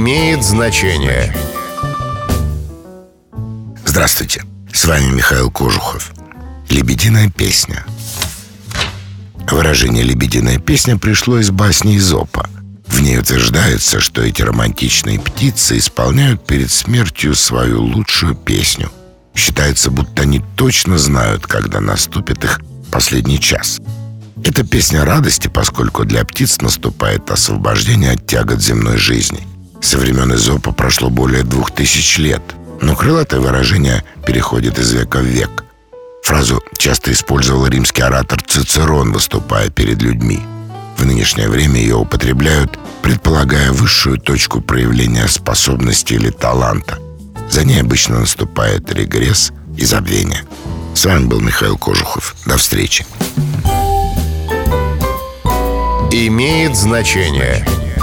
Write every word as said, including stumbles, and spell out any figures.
Имеет значение. Здравствуйте, с вами Михаил Кожухов. «Лебединая песня». Выражение «лебединая песня» пришло из басни Эзопа. В ней утверждается, что эти романтичные птицы исполняют перед смертью свою лучшую песню. Считается, будто они точно знают, когда наступит их последний час. Это песня радости, поскольку для птиц наступает освобождение от тягот земной жизни. Со времен Эзопа прошло более двух тысяч лет, но крылатое выражение переходит из века в век. Фразу часто использовал римский оратор Цицерон, выступая перед людьми. В нынешнее время ее употребляют, предполагая высшую точку проявления способности или таланта. За ней обычно наступает регресс и забвение. С вами был Михаил Кожухов. До встречи. Имеет значение.